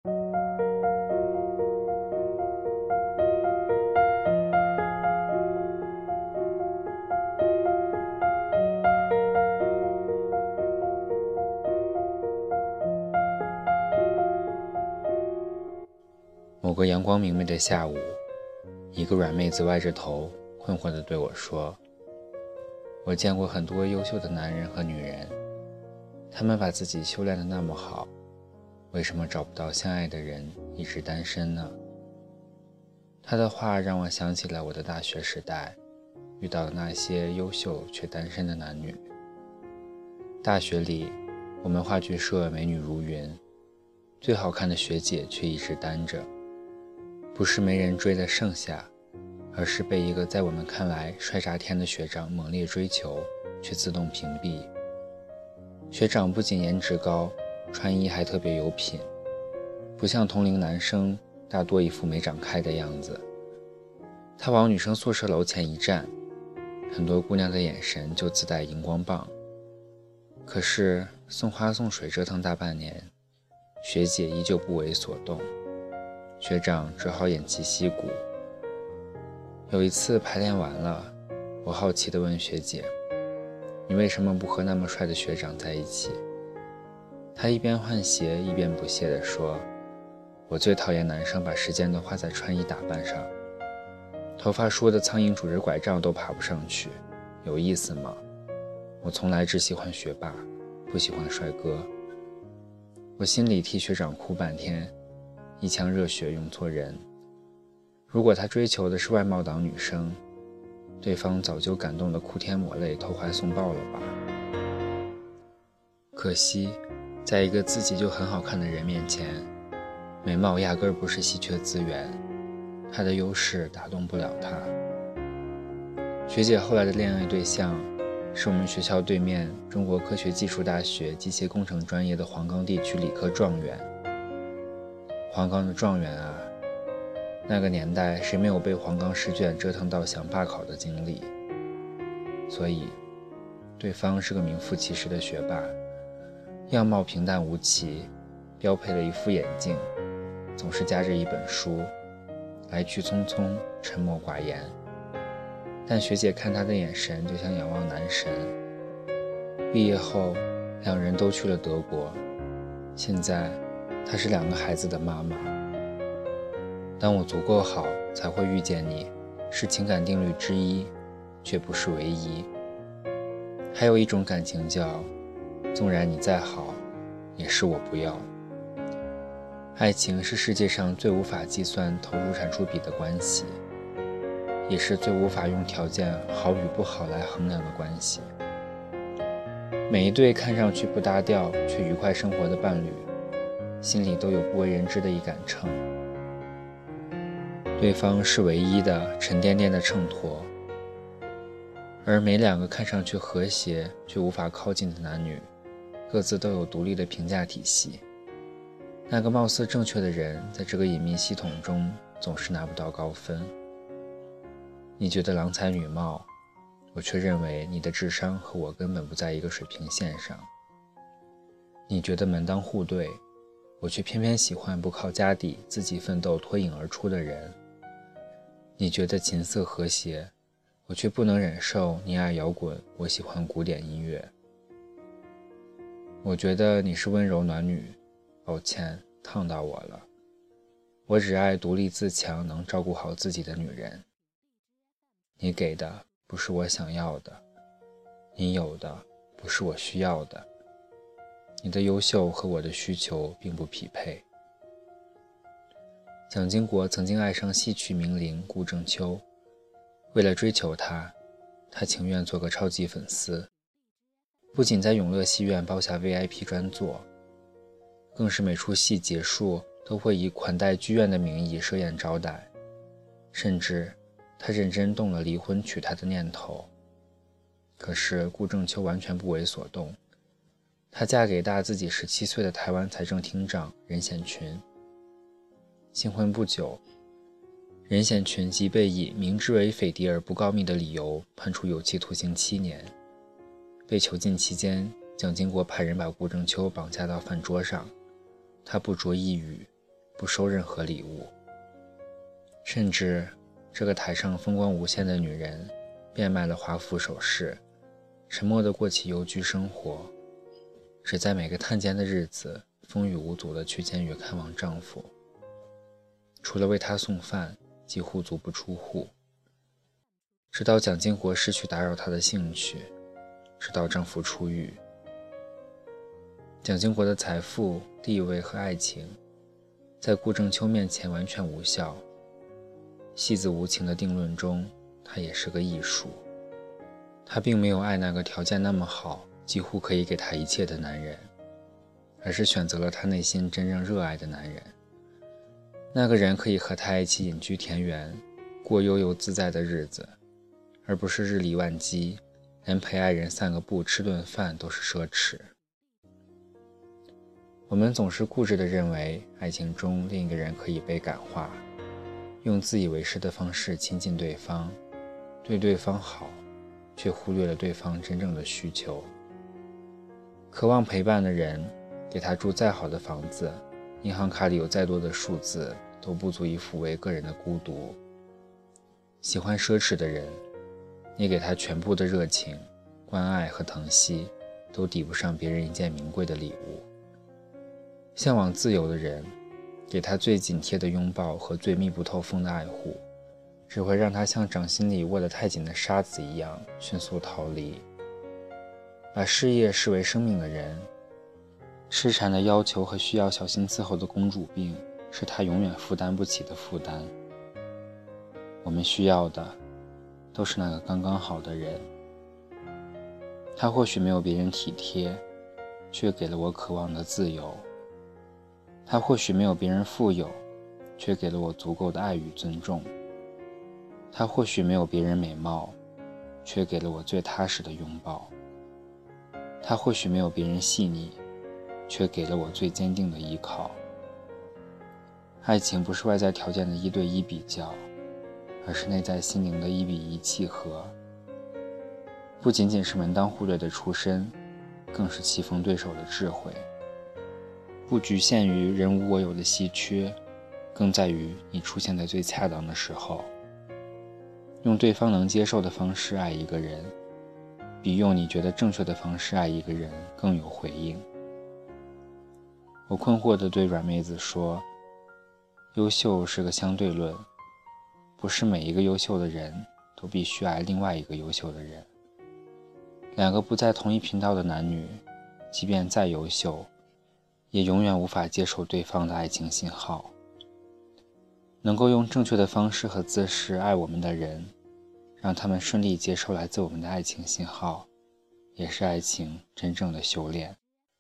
某个阳光明媚的下午，一个软妹子歪着头困惑地对我说，我见过很多优秀的男人和女人，他们把自己修炼得那么好，为什么找不到相爱的人，一直单身呢？他的话让我想起了我的大学时代，遇到的那些优秀却单身的男女。大学里，我们话剧社美女如云，最好看的学姐却一直单着，不是没人追的盛夏，而是被一个在我们看来帅炸天的学长猛烈追求，却自动屏蔽。学长不仅颜值高，穿衣还特别有品，不像同龄男生大多一副没长开的样子。他往女生宿舍楼前一站，很多姑娘的眼神就自带荧光棒。可是送花送水折腾大半年，学姐依旧不为所动，学长只好偃旗息鼓。有一次排练完了，我好奇地问学姐，你为什么不和那么帅的学长在一起？她一边换鞋一边不屑地说，我最讨厌男生把时间都花在穿衣打扮上，头发梳的苍蝇拄着拐杖都爬不上去，有意思吗？我从来只喜欢学霸，不喜欢帅哥。我心里替学长哭半天，一腔热血用错人。如果他追求的是外貌党女生，对方早就感动得哭天抹泪，投怀送抱了吧。可惜，在一个自己就很好看的人面前，美貌压根儿不是稀缺资源，他的优势打动不了他。学姐后来的恋爱对象是我们学校对面中国科学技术大学机械工程专业的黄冈地区理科状元。黄冈的状元啊，那个年代谁没有被黄冈试卷折腾到想罢考的经历？所以对方是个名副其实的学霸，样貌平淡无奇，标配了一副眼镜，总是夹着一本书，来去匆匆，沉默寡言。但学姐看他的眼神就像仰望男神。毕业后，两人都去了德国，现在她是2个孩子的妈妈。当我足够好才会遇见你，是情感定律之一，却不是唯一。还有一种感情叫，纵然你再好，也是我不要。爱情是世界上最无法计算投入产出比的关系，也是最无法用条件好与不好来衡量的关系。每一对看上去不搭调却愉快生活的伴侣，心里都有不为人知的一杆秤，对方是唯一的沉甸甸的秤砣。而每2个看上去和谐却无法靠近的男女，各自都有独立的评价体系。那个貌似正确的人，在这个隐秘系统中总是拿不到高分。你觉得郎才女貌，我却认为你的智商和我根本不在一个水平线上。你觉得门当户对，我却偏偏喜欢不靠家底自己奋斗脱颖而出的人。你觉得琴瑟和谐，我却不能忍受你爱摇滚，我喜欢古典音乐。我觉得你是温柔暖女，抱歉，烫到我了。我只爱独立自强，能照顾好自己的女人。你给的不是我想要的，你有的不是我需要的。你的优秀和我的需求并不匹配。蒋经国曾经爱上戏曲名伶顾正秋，为了追求她，他情愿做个超级粉丝，不仅在永乐戏院包下 VIP 专座，更是每出戏结束都会以款待剧院的名义设宴招待，甚至他认真动了离婚娶她的念头。可是顾正秋完全不为所动，她嫁给大自己17岁的台湾财政厅长任显群。新婚不久，任显群即被以明知为匪谍而不告密的理由判处有期徒刑7年。被囚禁期间，蒋经国派人把顾正秋绑架到饭桌上，他不着一语， 不收任何礼物。甚至这个台上风光无限的女人变卖了华服首饰，沉默地过起邮居生活，只在每个探监的日子风雨无阻地去监狱看望丈夫，除了为他送饭几乎足不出户，直到蒋经国失去打扰她的兴趣，直到丈夫出狱。蒋经国的财富、地位和爱情在顾正秋面前完全无效，戏子无情的定论中，他也是个艺术。他并没有爱那个条件那么好，几乎可以给他一切的男人，而是选择了他内心真正热爱的男人。那个人可以和他一起隐居田园，过悠游自在的日子，而不是日理万机，连陪爱人散个步吃顿饭都是奢侈。我们总是固执地认为爱情中另一个人可以被感化，用自以为是的方式亲近对方，对对方好，却忽略了对方真正的需求。渴望陪伴的人，给他住再好的房子，银行卡里有再多的数字，都不足以抚慰个人的孤独。喜欢奢侈的人，你给他全部的热情、关爱和疼惜，都抵不上别人一件名贵的礼物。向往自由的人，给他最紧贴的拥抱和最密不透风的爱护，只会让他像掌心里握得太紧的沙子一样迅速逃离。把事业视为生命的人，痴缠的要求和需要小心伺候的公主病，是他永远负担不起的负担。我们需要的都是那个刚刚好的人。他或许没有别人体贴，却给了我渴望的自由。他或许没有别人富有，却给了我足够的爱与尊重。他或许没有别人美貌，却给了我最踏实的拥抱。他或许没有别人细腻，却给了我最坚定的依靠。爱情不是外在条件的一对一比较，而是内在心灵的1比1契合。不仅仅是门当户对的出身，更是棋逢对手的智慧。不局限于人无我有的稀缺，更在于你出现在最恰当的时候。用对方能接受的方式爱一个人，比用你觉得正确的方式爱一个人更有回应。我困惑地对软妹子说，优秀是个相对论，不是每一个优秀的人都必须爱另外一个优秀的人。两个不在同一频道的男女，即便再优秀，也永远无法接受对方的爱情信号。能够用正确的方式和姿势爱我们的人，让他们顺利接受来自我们的爱情信号，也是爱情真正的修炼。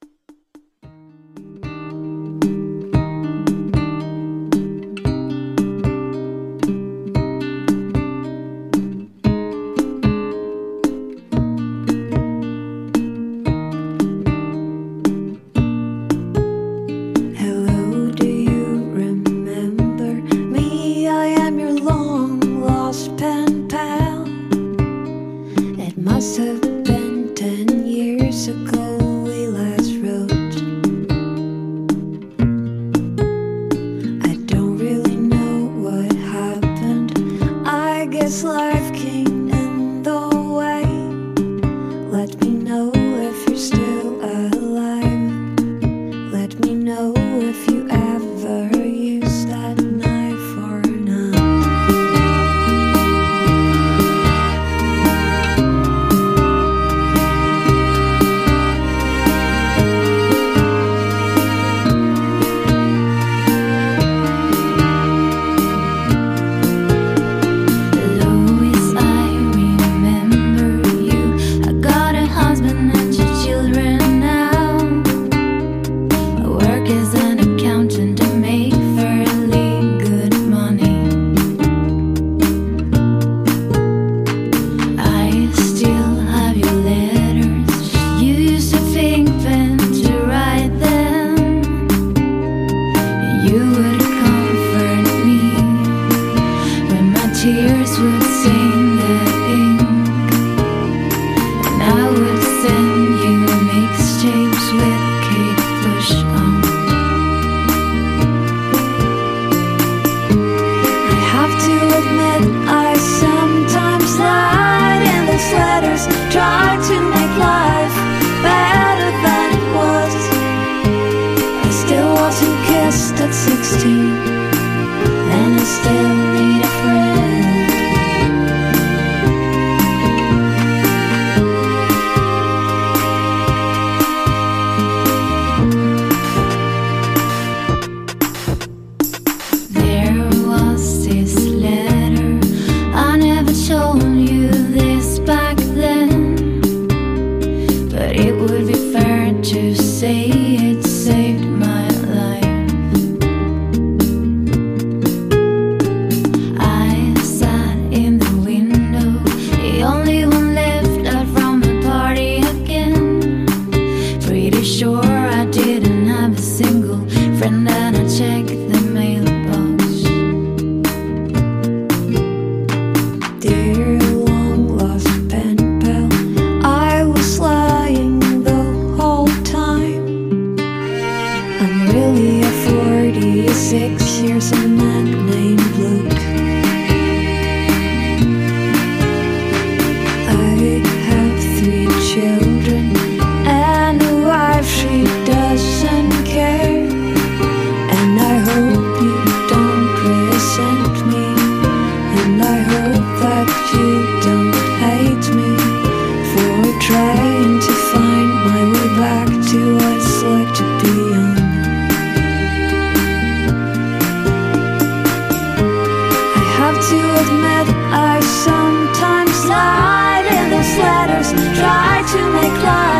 Must have been 10 years ago we last wrote. I don't really know what happened. I guess life came in the way. Let me know if you're still alive. Let me know if you ever use that knife or not. Tears would stain the ink, and I would send you mixtapes with Kate Bush on. admit I sometimes lied in those letters, tried to make life better than it was. I still wasn't kissed at 16, and I still need a friend. Try to make life